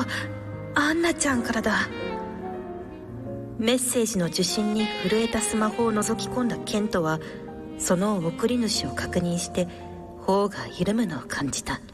アンナちゃんからだ。メッセージの受信に震えたスマホを覗き込んだケントは、その送り主を確認して頬が緩むのを感じた。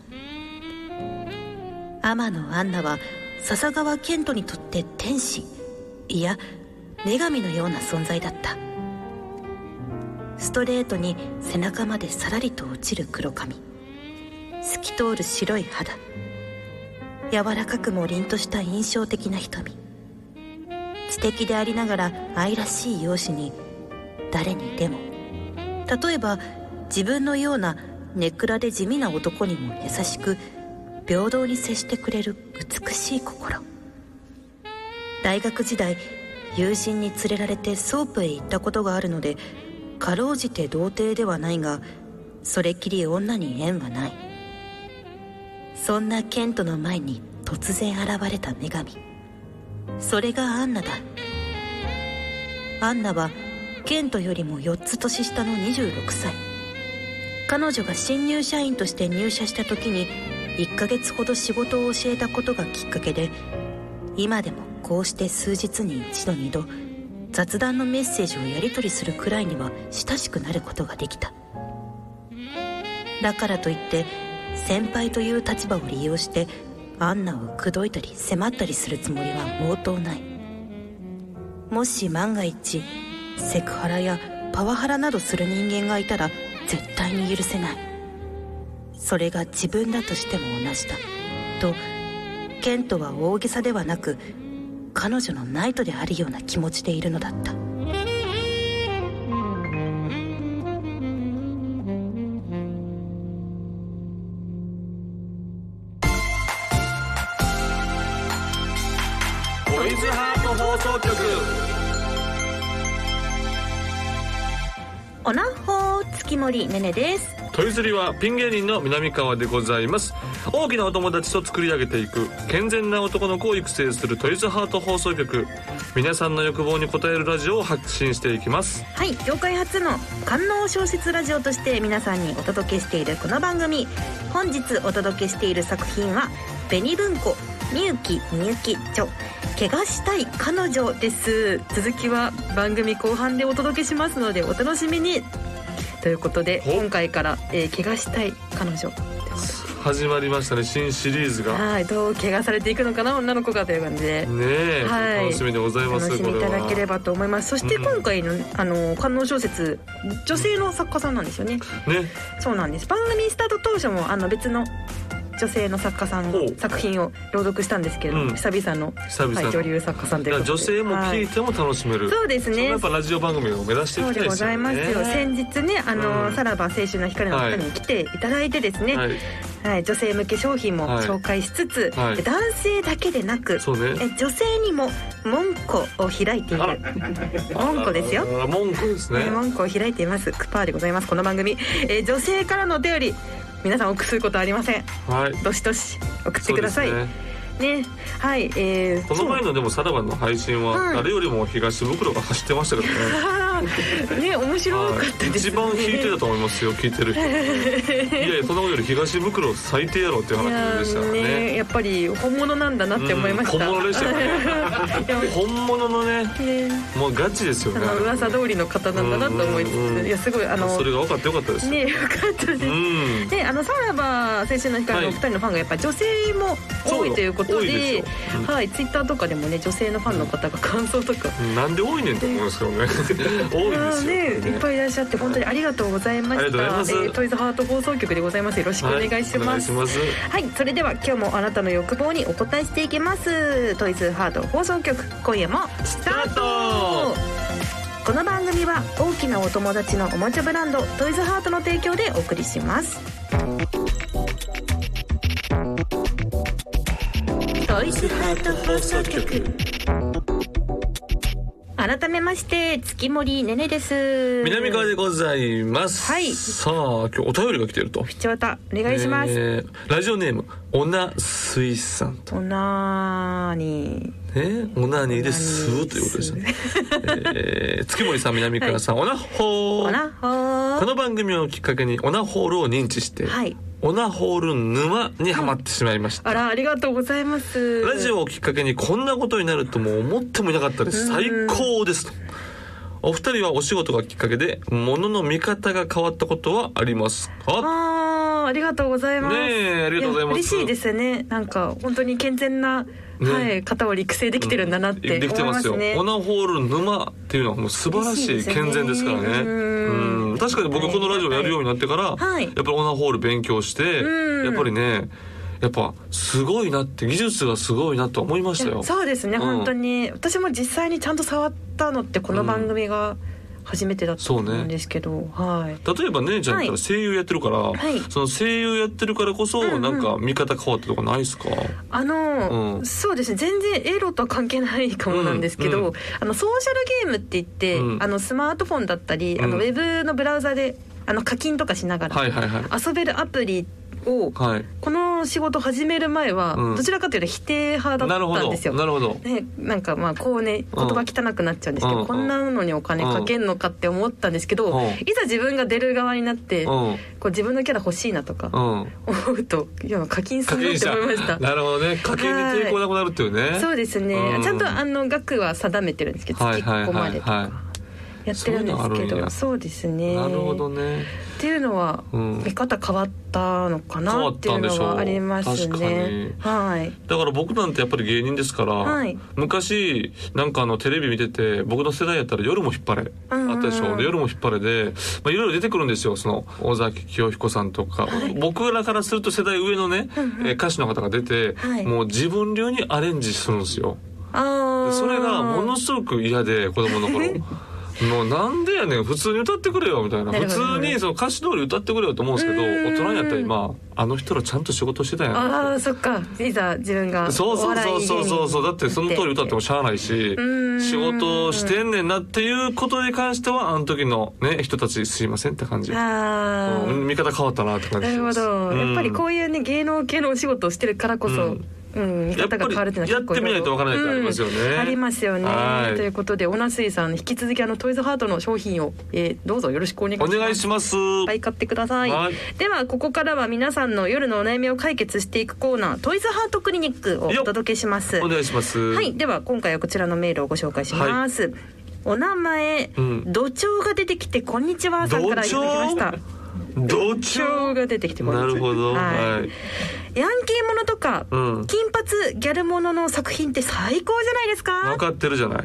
天野アンナは笹川ケントにとって天使、いや女神のような存在だった。ストレートに背中までさらりと落ちる黒髪、透き通る白い肌、柔らかくも凛とした印象的な瞳、知的でありながら愛らしい容姿に、誰にでも、例えば自分のような根っ暗で地味な男にも優しく平等に接してくれる美しい心。大学時代、友人に連れられてソープへ行ったことがあるので、かろうじて童貞ではないが、それきり女に縁はない。そんなケントの前に突然現れた女神、それがアンナだ。アンナはケントよりも4つ年下の26歳。彼女が新入社員として入社した時に1ヶ月ほど仕事を教えたことがきっかけで、今でもこうして数日に1度2度雑談のメッセージをやり取りするくらいには親しくなることができた。だからといって先輩という立場を利用してアンナを口説いたり迫ったりするつもりは毛頭ない。もし万が一セクハラやパワハラなどする人間がいたら絶対に許せない。それが自分だとしても同じだと、ケントは大げさではなく彼女のナイトであるような気持ちでいるのだった。 トイズハート放送局。 おなほー、月森ねねです。 トイズリはピン芸人の南川でございます。大きなお友達と作り上げていく健全な男の子を育成するトイズハート放送局。皆さんの欲望に応えるラジオを発信していきます。 はい、業界初の官能小説ラジオとして皆さんにお届けしているこの番組、本日お届けしている作品は紅文庫みゆき著怪我したい彼女です。続きは番組後半でお届けしますのでお楽しみにということで、今回から、怪我したい彼女始まりましたね、新シリーズが。 はい、どう怪我されていくのかな、女の子がという感じでねえ、はい、楽しみでございます。 楽しみいただければと思います。そして今回の、官能小説、女性の作家さんなんですよね。ね、そうなんです。番組スタート当初も別の女性の作家さんの作品を朗読したんですけれども、久々の、はい、女流作家さんということで、 女性も聞いても楽しめる、はい、 そうですね。 やっぱラジオ番組を目指していきたいですよね。 そうでございますよ。先日ね、さらば青春の光の方に来ていただいてですね、はいはい、女性向け商品も紹介しつつ、はい、男性だけでなく、そうね、女性にも門戸を開いている門戸ですよ。 門戸ですね。 門戸を開いていますクパーでございます。この番組、女性からのお便り皆さん臆することはありません、はい、どしどし送ってくださいね。はい、 この前のでもさらばの配信は誰よりも東袋が走ってましたけどねね、面白かったですね。 一番引いてたと思いますよ、聞いてる人いやいや、そんなことより東袋最低やろっていう話でしたから ね。 やっぱり本物なんだなって思いました、 本物でしたよね本物のね、もうガチですよね。 噂通りの方なんだなと思いつつ、いやすごいそれが分かってよかったですね。よかったです、でさらば青春の光のお二人のファンがやっぱり女性も多いということで、はい、ツイッターとかでもね、女性のファンの方が感想とか、なんで多いねんと思うんですけどね多いですよね。 いっぱいいらっしゃって本当にありがとうございました。トイズハート放送局でございます。よろしくお願いします。はい、それでは今日もあなたの欲望にお答えしていきます。トイズハート放送局、今夜もスタート。この番組は大きなお友達のおもちゃブランドトイズハートの提供でお送りします。トイズハート放送局、改めまして月森ねねです。 南川でございます。はい。さあ今日お便りが来てると。 ふちわたお願いします。 ラジオネームオナスイさんと。 オナーニー。オナニーですということですね。月森さん、南川さん、はい、オナホー。オナホー。この番組をきっかけにオナホールを認知して、はい、 オナホール沼にハマってしまいました、 あら、ありがとうございます。 ラジオをきっかけにこんなことになるとも思ってもいなかったです。最高ですと。お二人はお仕事がきっかけで物の見方が変わったことはありますか？ ありがとうございます。 ねえ、ありがとうございます。 嬉しいですね。なんか本当に健全な、はい、方を育成できてるんだなって思いますね。 できてますよ。オナホール沼っていうのはもう素晴らしい健全ですからね。確かに僕このラジオやるようになってから、やっぱりオナホール勉強して、やっぱりね、やっぱすごいなって、技術がすごいなと思いましたよ。 そうですね、本当に私も実際にちゃんと触ったのってこの番組が初めてだったと思うんですけど、はい、例えば姉ちゃんだったら声優やってるから、その声優やってるからこそなんか見方変わったとかないですか？ そうですね、全然エロとは関係ないかもなんですけど、ソーシャルゲームって言って、スマートフォンだったり、ウェブのブラウザで課金とかしながら遊べるアプリを、この仕事始める前はどちらかというと否定派だったんですよ。 なるほど。 なんかこうね、言葉汚くなっちゃうんですけど、こんなのにお金かけんのかって思ったんですけど、いざ自分が出る側になって、こう自分のキャラ欲しいなとか思うと、いや課金するって思いました。 なるほどね、課金に抵抗なくなるっていうね。 そうですね、ちゃんと額は定めてるんですけど、月1個までとかやってるんですけど、そうですね。 なるほどね。 っていうのは、見方変わったのかなっていうのはありますね。はい。だから僕なんてやっぱり芸人ですから、昔なんかテレビ見てて、僕の世代やったら夜も引っ張れあったでしょ。夜も引っ張れで、いろいろ出てくるんですよ。その尾崎清彦さんとか、僕らからすると世代上のね、歌手の方が出て、もう自分流にアレンジするんですよ。それがものすごく嫌で、子供の頃。もうなんでやねん、普通に歌ってくれよみたいな、普通にその歌詞通り歌ってくれよと思うんですけど、大人になったら今あの人らちゃんと仕事してたやん。 そっか、いざ自分がそうだってその通り歌ってもしゃあないし、仕事してんねんなっていうことに関してはあの時のね人たちすいませんって感じ。見方変わったなって感じ。 なるほど。やっぱりこういうね、芸能系のお仕事をしてるからこそ、見方が変わるっていうのは結構やってみないとわからないってありますよね。 ありますよね。ということで、オナスイさん引き続きトイズハートの商品を、どうぞよろしくお願いします。いっぱい買ってください。ではここからは皆さんの夜のお悩みを解決していくコーナー、トイズハートクリニックをお届けします。 お願いします。 はい、では今回はこちらのメールをご紹介します。お名前、土蝶が出てきてこんにちはさんからいただきました。土蝶が出てきてこんにちは。なるほど。ヤンキーものとか、金髪ギャルものの作品って最高じゃないですか？ 分かってるじゃない、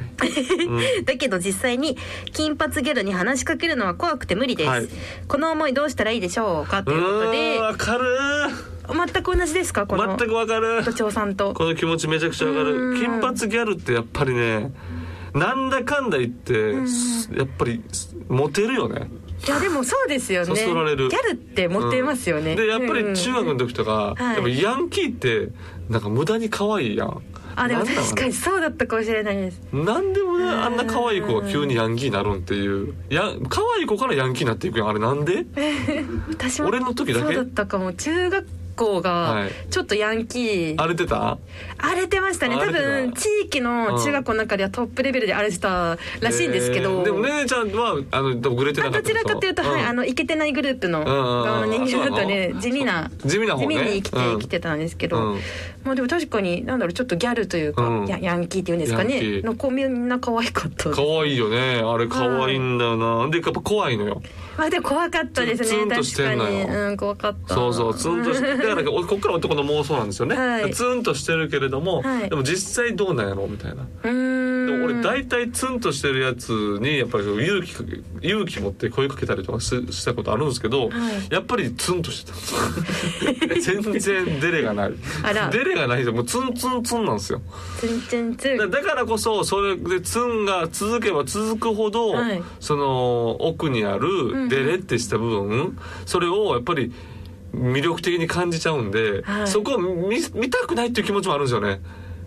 だけど実際に金髪ギャルに話しかけるのは怖くて無理です、この思いどうしたらいいでしょうかということで。 分かる。 全く同じですか？この全く分かる。 土蝶さんとこの気持ちめちゃくちゃ分かる。金髪ギャルってやっぱりね、なんだかんだ言ってやっぱりモテるよね。 いやでもそうですよね。 そそられる。 ギャルってモテますよね。 でやっぱり中学の時とか、やっぱヤンキーってなんか無駄に可愛いやん。 でも確かにそうだったかもしれないです。 なんでもね、あんな可愛い子が急にヤンキーになるんっていう。可愛い子からヤンキーになっていくやん。あれなんで？ 私も俺の時だけそうだったかも。中学校がちょっとヤンキー、 荒れてた？ 荒れてましたね。多分地域の中学校の中ではトップレベルで荒れてたらしいんですけど、 でもねねちゃんはグレてなかった。 どちらかというと、イケてないグループの側の人間だったね。地味な方ね。生きてたんですけど、まあでも確かにちょっとギャルというか、ヤンキーっていうんですかねの子みんな可愛かった。 可愛いよね。あれ可愛いんだよな。でやっぱ怖いのよ。 でも怖かったですね。 ツンとしてんのよ。 怖かった。 そうツンとして。だからこっから男の妄想なんですよね。ツンとしてるけれども、でも実際どうなんやろうみたいな。でも俺大体ツンとしてるやつにやっぱり勇気持って声かけたりとかしたことあるんですけど、やっぱりツンとしてた。全然デレがない。デレがないでもうツンなんですよ。だからこそそれでツンが続けば続くほど、その奥にあるデレってした部分、それをやっぱり魅力的に感じちゃうんで、そこを見たくないっていう気持ちもあるんですよね。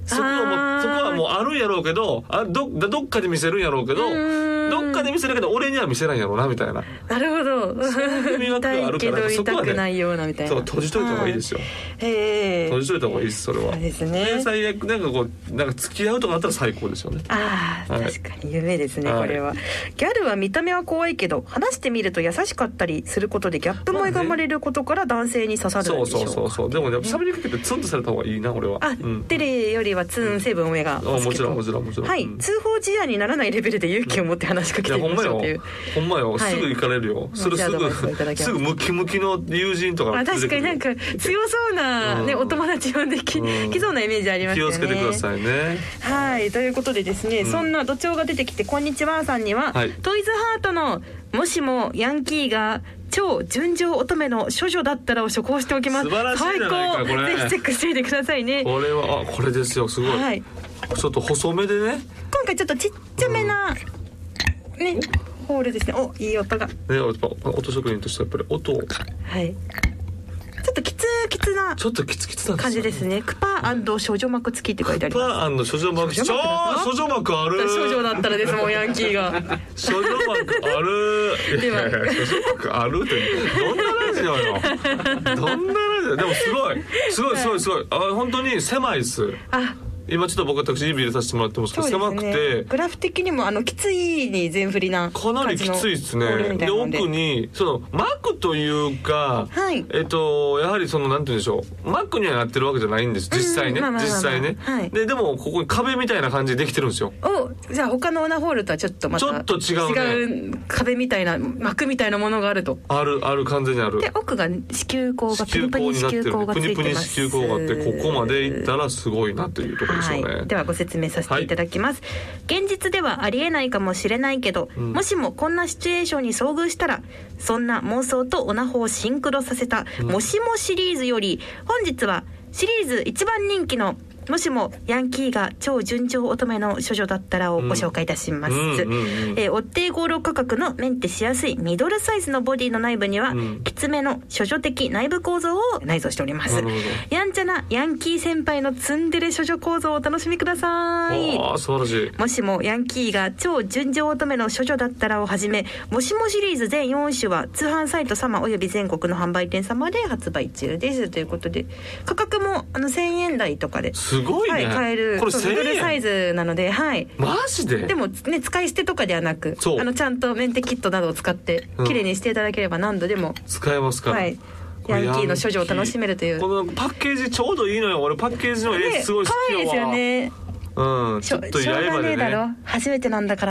そこはもうあるんやろうけど、どっかで見せるんやろうけど、どっかで見せるけど俺には見せないんやろうなみたいな。 なるほど。 見たいけど痛くないようなみたいな。 そう閉じといた方がいいですよ。閉じといた方がいいですそれは。 そうですね。 最悪なんか付き合うとかあったら最高ですよね。 確かに夢ですねこれは。ギャルは見た目は怖いけど話してみると優しかったりすることでギャップ萌えが生まれることから男性に刺さるんでしょうか。 そうでもね喋りかけてツンとされた方がいいな俺は。 テレよりはツン成分上がもちろん。 はい、通報事案にならないレベルで勇気を持って話しかけてみましょうという。 ほんまよ、すぐ行かれるよ。すぐムキムキの友人とか確かになんか強そうなお友達呼んできそうなイメージありますよね。 気をつけてくださいね。 はい、ということでですね、そんな土調が出てきてこんにちはさんには、トイズハートのもしもヤンキーが超純情乙女の処女だったらを処方しておきます。 素晴らしいじゃないかこれ。 ぜひチェックしておいてくださいね。 これはこれですよすごい、ちょっと細めでね、 今回ちょっとちっちゃめな、ホールですね。いい音がね。 音職人としてやっぱり音をちょっとキツなちょっとキツな感じですね。クパー&少女膜付きって書いてあります。 クパー&少女膜。少女膜ある。 少女だったらですもんヤンキーが。 少女膜ある。では少女膜あるってどんなラジオよ。どんなラジオ。でもすごい。本当に狭いです。今ちょっと僕私指入れさせてもらってますけど、狭くてグラフ的にもきついに全振りなかなりきついですね。で奥にマックというか、やはりなんて言うんでしょう、マックにはなってるわけじゃないんです実際ね。でもここに壁みたいな感じでできてるんですよ。 じゃあ他のオナホールとはちょっとまた違う壁みたいな膜みたいなものがあると。ある完全にある。で奥が子宮口がプニプニ子宮口がついてます。プニプニ子宮口があってここまでいったらすごいなというところ。ではご説明させていただきます、現実ではありえないかもしれないけど、もしもこんなシチュエーションに遭遇したら、そんな妄想とオナホをシンクロさせたもしもシリーズより、本日はシリーズ一番人気のもしもヤンキーが超純情乙女の処女だったらをご紹介いたします。お手頃価格のメンテしやすいミドルサイズのボディの内部には、きつめの処女的内部構造を内蔵しております。やんちゃなヤンキー先輩のツンデレ処女構造をお楽しみください。 素晴らしい。 もしもヤンキーが超純情乙女の処女だったらをはじめ、もしもシリーズ全4種は通販サイト様および全国の販売店様で発売中ですということで、価格も1000円台とかですごいね、買える。これ1000円ミドルサイズなので、 マジで。 でもね、使い捨てとかではなく、ちゃんとメンテキットなどを使って綺麗にしていただければ何度でも使えますから。ヤンキーの処女を楽しめるという。 このパッケージちょうどいいのよ。俺パッケージの絵すごい好きよ。可愛いですよね。ちょっとやればね。だろ。初めてなんだから。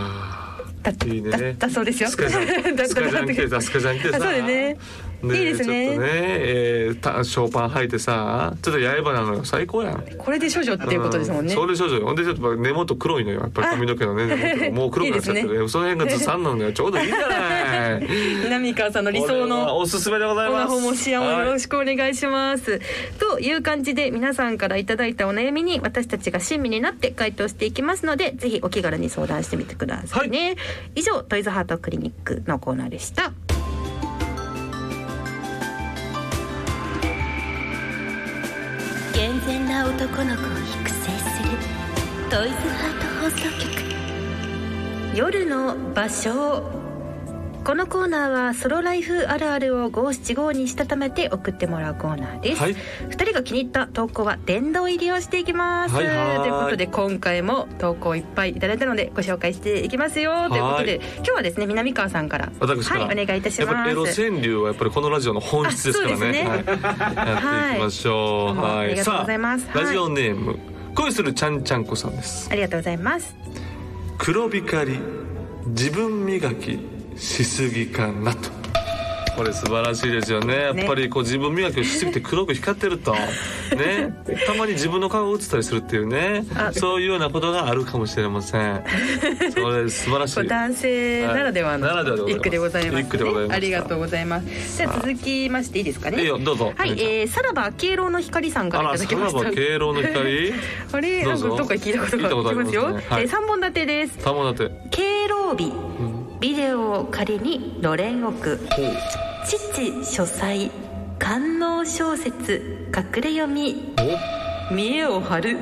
だそうですよ。スカジャン着てさ。そうですね。いいですね。ちょっとね、ショーパン履いてさ、ちょっと八重歯なのよ。最高やん。 これで処女っていうことですもんね。 それで処女よ。ほんでちょっと根元黒いのよ。やっぱり髪の毛のね、根元もう黒くなっちゃってる。その辺がずさんなのよ。ちょうどいいじゃない。 南川さんの理想のおすすめでございます。 オナホもシアもよろしくお願いします。という感じで皆さんからいただいたお悩みに私たちが親身になって回答していきますので、ぜひお気軽に相談してみてくださいね。以上トイズハートクリニックのコーナーでした。 健全な男の子を育成するトイズハート放送局。 夜の場所。このコーナーはソロライフあるあるを五七五にしたためて送ってもらうコーナーです、2人が気に入った投稿は殿堂入りをしていきます。ということで今回も投稿いっぱいいただいたのでご紹介していきますよということで、今日はですね南川さんから私から、 お願いいたします。 やっぱりエロ川柳はやっぱりこのラジオの本質ですからね。やっていきましょう。 ありがとうございます。 ラジオネーム恋するちゃんちゃんこさんです。 ありがとうございます。 黒光り自分磨きしすぎかなと。これ素晴らしいですよね。やっぱりこう自分磨きをしすぎて黒く光ってるとね、たまに自分の顔が映ったりするっていうね、そういうようなことがあるかもしれません。それ素晴らしい。 男性ならではの一句でございます、ね、ありがとうございます。じゃあ続きましていいですかね。 いいよどうぞ。 はい、さらば敬老の光さんからいただきました。 さらば敬老の光あれなんかどっか聞いたことがありますよ。3本立てです。 3本立て。 敬老日、ビデオを仮にのれん置く、父書斎官能小説隠れ読み、見栄を張る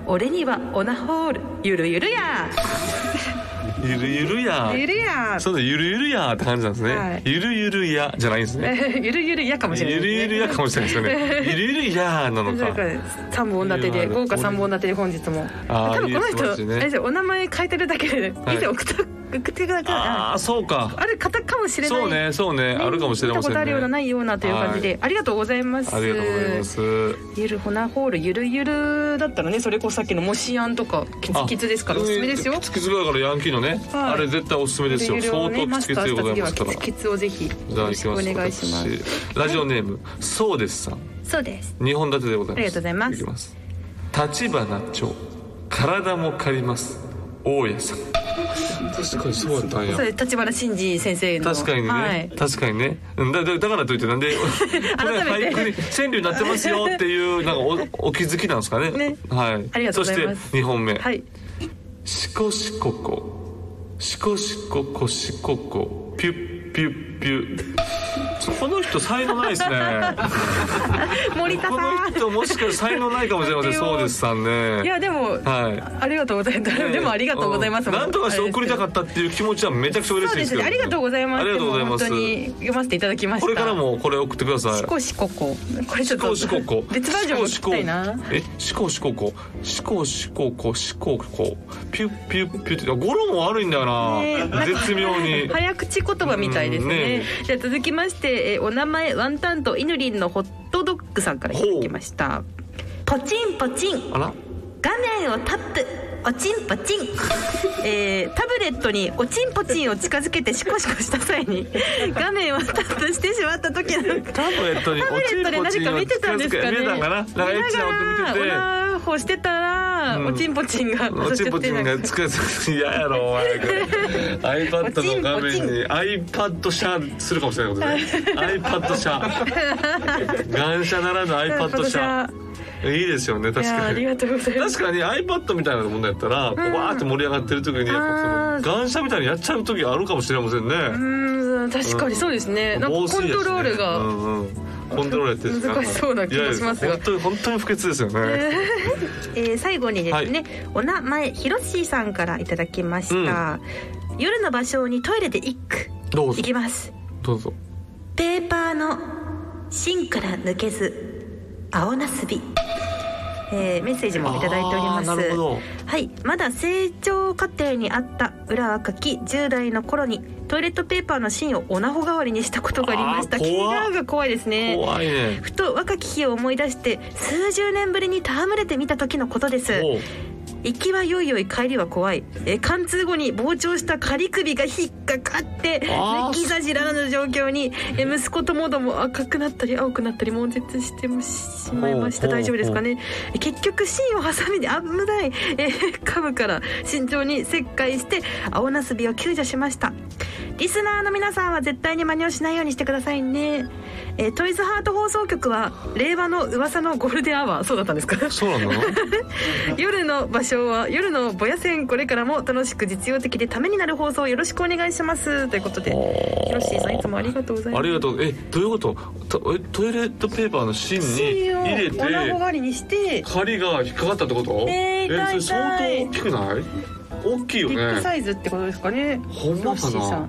俺にはオナホールゆるゆるやゆるゆるやゆるやそうだゆるゆるやって感じなんですね、はい、ゆるゆるやじゃないんですねゆるゆるやかもしれないですね。 ゆるゆるやかもしれないですよねゆるゆるやなのか 3本立てで豪華3本立てで本日も多分この人、ね、お名前書いてるだけで以前送ってください。 ああそうかある方かもしれない。 そうねあるかもしれませんね。見たことあるようなないようなという感じで、ありがとうございます。 ありがとうございます。ゆるホナホールゆるゆるだったらね、それこそさっきのモシアンとかキツキツですからおすすめですよ。 キツキツだからヤンキーのね、あれ絶対おすすめですよ。相当キツキツでございますから。 キツキツをぜひよろしくお願いします。 ラジオネームそうですさん。 そうです。 2本立てでございます。 ありがとうございます。 いきます。立花町体も借ります大家さん。確かにそうやったんや。 それ立花真嗣先生の。 確かにね、はい、確かにね。だからといってなんでこれ俳句に川柳になってますよっていうなんか お気づきなんですか ねはい。 ありがとうございます。 そして2本目、 はい、 しこしここしこしここしここピュッピュッピュッ。この人才能ないですね森田さん、 この人もしかしたら才能ないかもしれませんそうですさんね。 いやでも、はい、ありがとうございます、でもありがとうございます、 なんとかして送りたかったっていう気持ちはめちゃくちゃ嬉しいですけど、 そうですね、ありがとうございます。 ありがとうございます。 本当に読ませていただきました。 これからもこれ送ってください。 しこしここ、これちょっと別バージョンを聞きたいな。 しこしここしこしここしここピュッピュッピュッって語呂も悪いんだよな、絶妙に早口言葉みたいですね。じゃあ続きまして、お名前ワンタンとイヌリンのホットドッグさんからいただきました。ポチンポチン、 あら画面をタップおちんぽちん、タブレットにおちんぽちんを近づけてシコシコした際に画面をタップしてしまった時のタブレットにおちんぽちんを近づけて見てたんかな、なんかエッチな音見ててオナホしてたら、おちんぽちんがおちんぽちんが近づけて嫌やろお前iPad の画面に iPad シャするかもしれないことねiPad シャガンシャならぬ iPad シャいいですよね。確かにありがとうございます。 確かに iPad みたいなものやったら、こうわーって盛り上がってる時にやっぱそのガンシャみたいにやっちゃう時あるかもしれませんね。 確かにそうですね。なんかコントロールが、 コントロールやってるんですか。 難しそうな気がしますが、 本当に不潔ですよね。 最後にですね、お名前ひろっしーさんからいただきました。夜の場所にトイレで一句いきます。 どうぞ。 ペーパーの芯から抜けず青なすび。メッセージもいただいております。 なるほど。 はい、まだ成長過程にあった裏若き10代の頃にトイレットペーパーの芯をオナホ代わりにしたことがありました。キーラーが怖いですね。 怖いね。 ふと若き日を思い出して数十年ぶりに戯れてみた時のことです。行きはよいよい帰りは怖い。貫通後に膨張した仮首が引っかかって抜き差しらぬ状況に、息子ともども赤くなったり青くなったり悶絶してしまいました。大丈夫ですかね。結局芯をハサミで危ない、カブから慎重に切開して青なすびを救助しました。リスナーの皆さんは絶対に真似をしないようにしてくださいね。トイズハート放送局は令和の噂のゴールデンアワー。そうだったんですか。 そうなの夜の場所は夜のぼや線、これからも楽しく実用的でためになる放送をよろしくお願いしますということで、ひろしーさんいつもありがとうございます。 ありがとう。どういうこと。トイレットペーパーの芯に入れてオナホ代わりにして針が引っかかったってこと。それ相当大きくない。大きいよね。 ビッグサイズってことですかね。 ほんまかな。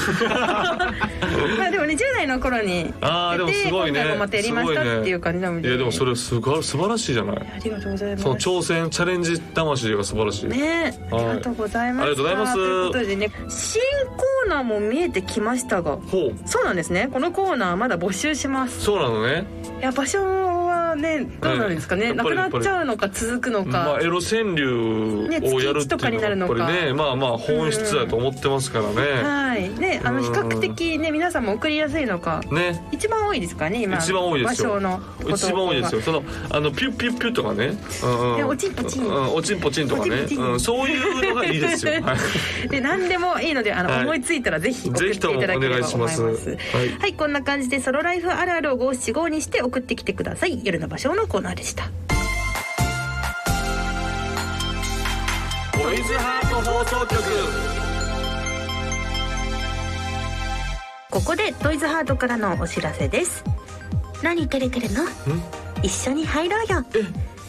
でもね、10代の頃にでもすごいね、 今回もまたやりましたっていう感じなので、 いやでもそれ素晴らしいじゃない。 ありがとうございます。 その挑戦チャレンジ魂が素晴らしいね。ありがとうございます。 ありがとうございます。 ということでね、新コーナーも見えてきましたが、そうなんですね。このコーナーまだ募集します。 そうなのね。 いや場所はね、どうなるんですかね。なくなっちゃうのか続くのか。 エロ川柳をやるっていうのはやっぱりね、まあ本質だと思ってますからね。はいね、比較的ね皆さんも送りやすいのかね、一番多いですかね今。一番多いですよ。場所の一番多いですよ。そのピュッピュッピュッとかね、 おちんぽちん、 おちんぽちんとかね、そういうのがいいですよ。 で何でもいいので思いついたらぜひ送っていただければと思います。はい、こんな感じでソロライフあるあるを五七五にして送ってきてください。夜の場所のコーナーでした。 トイズハート放送局。 ここでトイズハートからのお知らせです。何照れてるの？一緒に入ろうよ。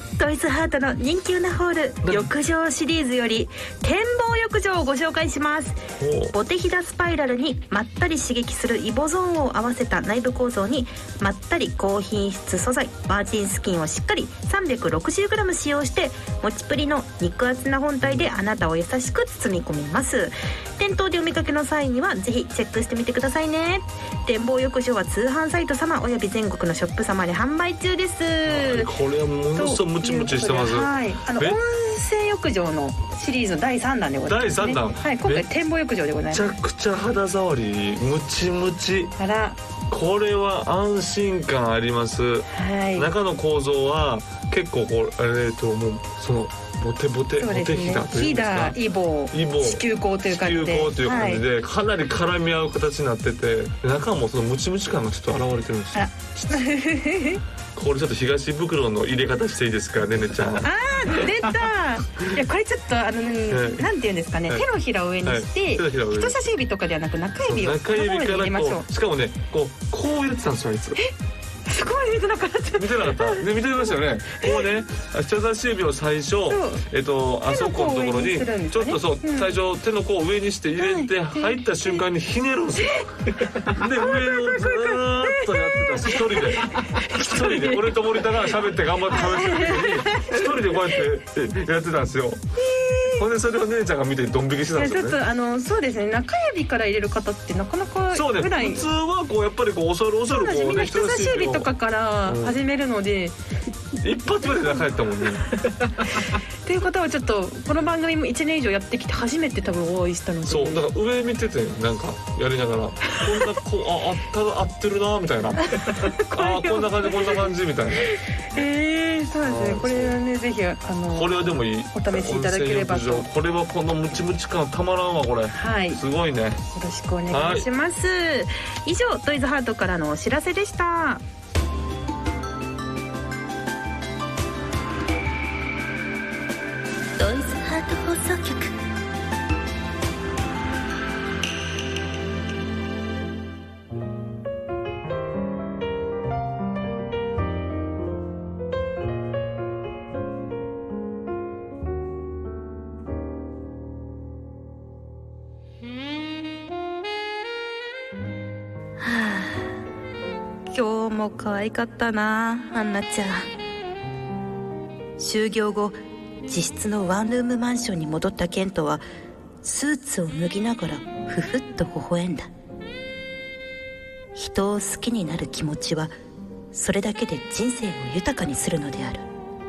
トイズハートの人気なホール浴場シリーズより展望浴場をご紹介します。ボテヒダスパイラルにまったり刺激するイボゾーンを合わせた内部構造に、まったり高品質素材バージンスキンをしっかり 360g 使用して、もちプリの肉厚な本体であなたを優しく包み込みます。店頭でお見かけの際にはぜひチェックしてみてくださいね。展望浴場は通販サイト様および全国のショップ様で販売中です。 これはものすごいムチムチしてます。 はい、温泉浴場のシリーズの第3弾でございます、ね、 第3弾、 はい、今回展望浴場でございます。 めちゃくちゃ肌触りムチムチ。 あら、 これは安心感あります、はい、中の構造は結構もうそのボテボテ、ボテヒダというんですか、 イボ子宮口という感じで、 感じでかなり絡み合う形になってて、中もそのムチムチ感がちょっと現れてるんですよ。これちょっと東袋の入れ方していいですか、ねねちゃん。 出たいや、これちょっとなんていうんですかね、手のひらを上にして、人差し指とかではなく中指を中指からこう、しかもねこうやってたんですよ、あいつ。 すごい見てなかった。 見てなかったね、見てましたよね。こうね、人差し指を最初あそこのところにちょっと最初手の甲を上にして入れて、入った瞬間にひねるんですよ。で上をずーっとやってた。一人で俺と森田が喋って頑張って喋ってる時に一人でこうやってやってたんですよ。ほんでそれを姉ちゃんが見てドン引きしてたんですよね。 ちょっとそうですね、中指から入れる方ってなかなかぐらい、普通はこうやっぱりこう恐るこうね、 人差し指とかから始めるので、 一発目で中やったもんね。 ということはちょっとこの番組も1年以上やってきて初めて多分お会いしたので、 そうだから上見ててなんかやりながら合ってるなみたいなこんな感じみたいな。そうですね、これはねぜひこれはでもいい、 お試しいただければと。 これはこのムチムチ感たまらんわ、これ、はい、すごいね。よろしくお願いします、はい、以上トイズハートからのお知らせでした。 トイズハート放送局。 今日も可愛かったな、アンナちゃん。就業後、自室のワンルームマンションに戻ったケントはスーツを脱ぎながらふふっと微笑んだ。人を好きになる気持ちはそれだけで人生を豊かにするのである。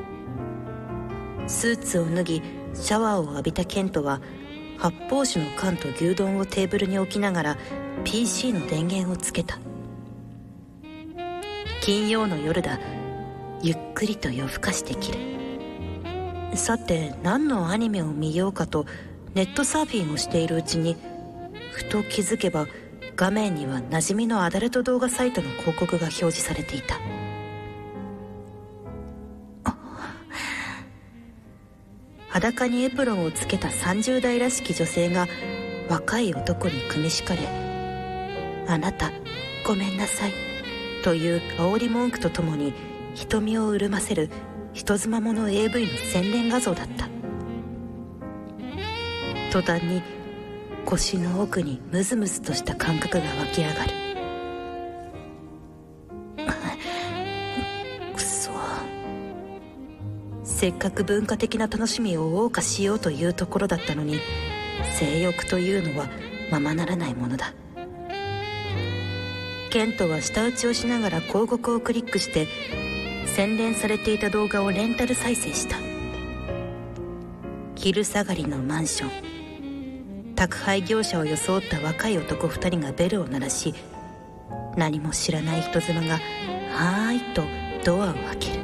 スーツを脱ぎシャワーを浴びたケントは発泡酒の缶と牛丼をテーブルに置きながら PC の電源をつけた。金曜の夜だ。ゆっくりと夜更かしできる。さて何のアニメを見ようかとネットサーフィンをしているうちにふと気づけば画面には馴染みのアダルト動画サイトの広告が表示されていた。裸にエプロンをつけた30代らしき女性が若い男に組み敷かれ、あなたごめんなさいという煽り文句とともに瞳を潤ませる人妻もの AV の洗練画像だった。途端に腰の奥にムズムズとした感覚が湧き上がる。くそ、せっかく文化的な楽しみを謳歌しようというところだったのに、性欲というのはままならないものだ。ケントは舌打ちをしながら広告をクリックして洗練されていた動画をレンタル再生した。昼下がりのマンション、宅配業者を装った若い男2人がベルを鳴らし、何も知らない人妻がはーいとドアを開ける。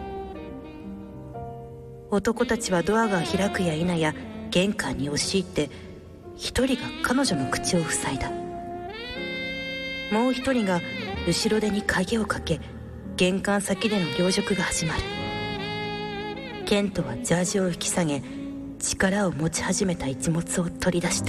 男たちはドアが開くや否や玄関に押し入って一人が彼女の口を塞いだ。もう一人が後ろ手に鍵をかけ玄関先での凌辱が始まる。ケントはジャージを引き下げ力を持ち始めた一物を取り出した。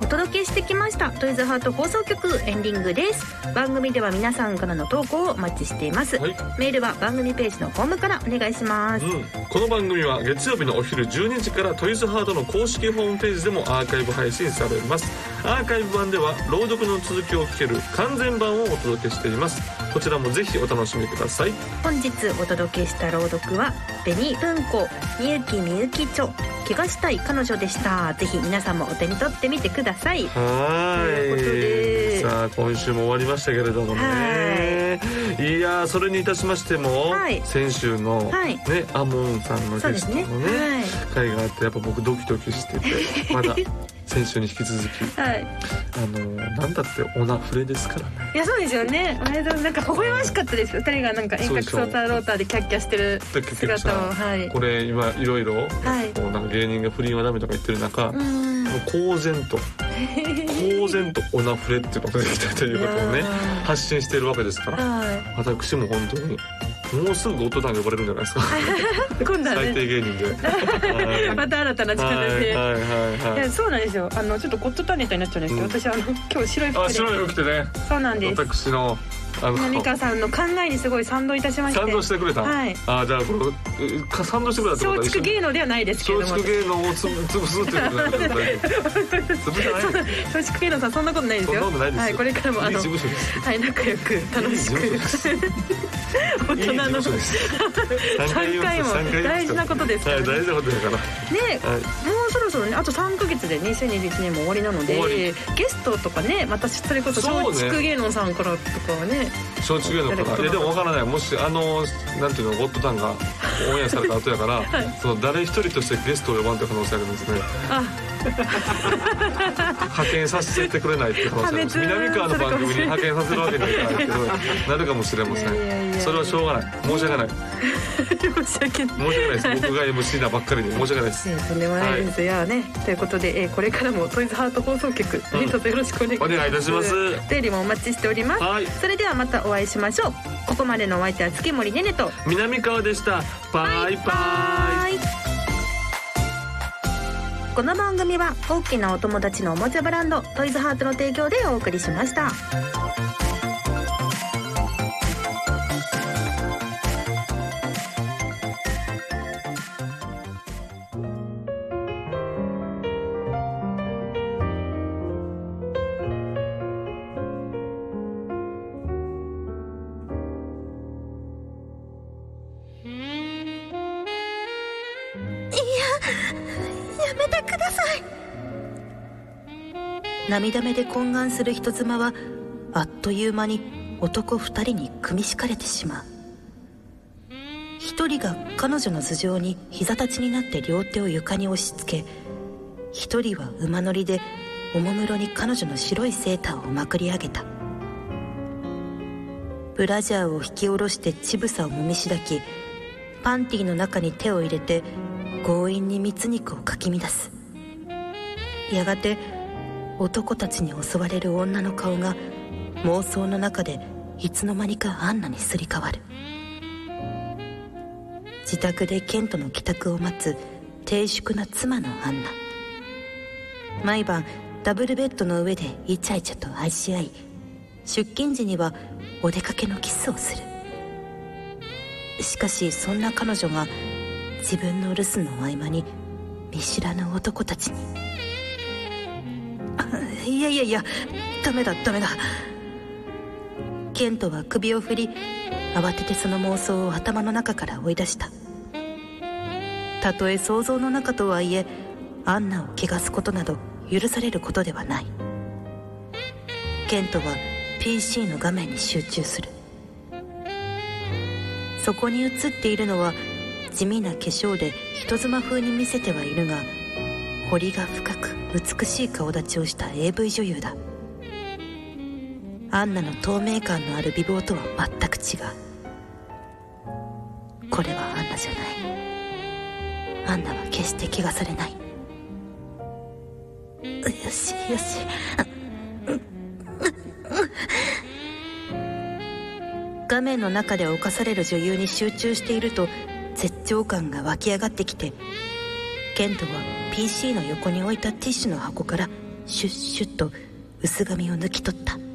お届けしてきましたトイズハート放送局エンディングです。番組では皆さんからの投稿をお待ちしています、はい、メールは番組ページのホームからお願いします、 この番組は月曜日のお昼12時からトイズハートの公式ホームページでもアーカイブ配信されます。アーカイブ版では朗読の続きを聞ける完全版をお届けしています。こちらもぜひお楽しみください。 本日お届けした朗読は紅文庫みゆきみゆき著怪我したい彼女でした。ぜひ皆さんもお手に取ってみてください。 はい、ということでさあ今週も終わりましたけれどもね。いやそれにいたしましても、はい、先週の、はいね、アモンさんのゲストのね会があってやっぱ僕ドキドキしててまだ先週に引き続き、はい、なんだってオナフレですからね。 いやそうですよね。なんか微笑ましかったですよ。2人がなんか遠隔操作ローターでキャッキャしてる姿を、はい、 これ今いろいろなんか芸人が不倫はダメとか言ってる中、もう公然とオナフレっていうことができたということをね発信しているわけですから、はい、私も本当にもうすぐゴッドタンが呼ばれるんじゃないですか今度はね最低芸人でまた新たな力で、 はいはいはい、 いやそうなんですよ。ちょっとゴッドタンネタになっちゃうんですけど、私今日白い服で白い服着てね。 そうなんです。 私の南川さんの考えにすごい賛同いたしまして。 賛同してくれた。はい。じゃあこれ賛同してくれたってことは松竹芸能ではないですけれども。 松竹芸能を潰すっていうことなんだけど大丈夫。 松竹芸能さんそんなことないですよ。 そんなことないですよ。 はい、これからもはい仲良く楽しく大人の3回も大事なことですからね。 大事なことだから。ね、 もうそろそろねあと3ヶ月で2021年も終わりなのでゲストとかねまたそれこそ松竹芸能さんからとかはね。 松竹芸能からでも分からない。もしなんていうのゴッドタンがオンエアされた後やから、はい、その誰一人としてゲストを呼ばんという可能性あるんですね。派遣させてくれないっていう可能性あります。南川の番組に派遣させるわけにはいかないけどなるかもしれません。それはしょうがない。申し訳ない。 申し訳ないです。僕が MC なばっかりに申し訳ないです。 とんでもないです。いやねということでこれからもトイズハート放送局何卒よろしくお願いいたします。お便りもお待ちしております。それではまたお会いしましょう。ここまでのお相手は月森ねねと南川でした。バイバイ。 この番組は大きなお友達のおもちゃブランドトイズハートの提供でお送りしました。涙目で懇願する人妻はあっという間に男2人に組み敷かれてしまう。1人が彼女の頭上に膝立ちになって両手を床に押し付け、1人は馬乗りでおもむろに彼女の白いセーターをまくり上げた。ブラジャーを引き下ろして乳房をもみしだき、パンティーの中に手を入れて強引に蜜肉をかき乱す。やがて男たちに襲われる女の顔が妄想の中でいつの間にかアンナにすり替わる。自宅でケントの帰宅を待つ低粛な妻のアンナ。毎晩ダブルベッドの上でイチャイチャと愛し合い、出勤時にはお出かけのキスをする。しかしそんな彼女が自分の留守の合間に見知らぬ男たちに、いやダメだ。ケントは首を振り慌ててその妄想を頭の中から追い出した。たとえ想像の中とはいえアンナを汚すことなど許されることではない。ケントは PC の画面に集中する。そこに映っているのは地味な化粧で人妻風に見せてはいるが彫りが深く美しい顔立ちをした AV 女優だ。アンナの透明感のある美貌とは全く違う。これはアンナじゃない。アンナは決して汚されない。よし画面の中で侵される女優に集中していると絶頂感が湧き上がってきて、ケントは PC の横に置いたティッシュの箱からシュッシュッと薄紙を抜き取った。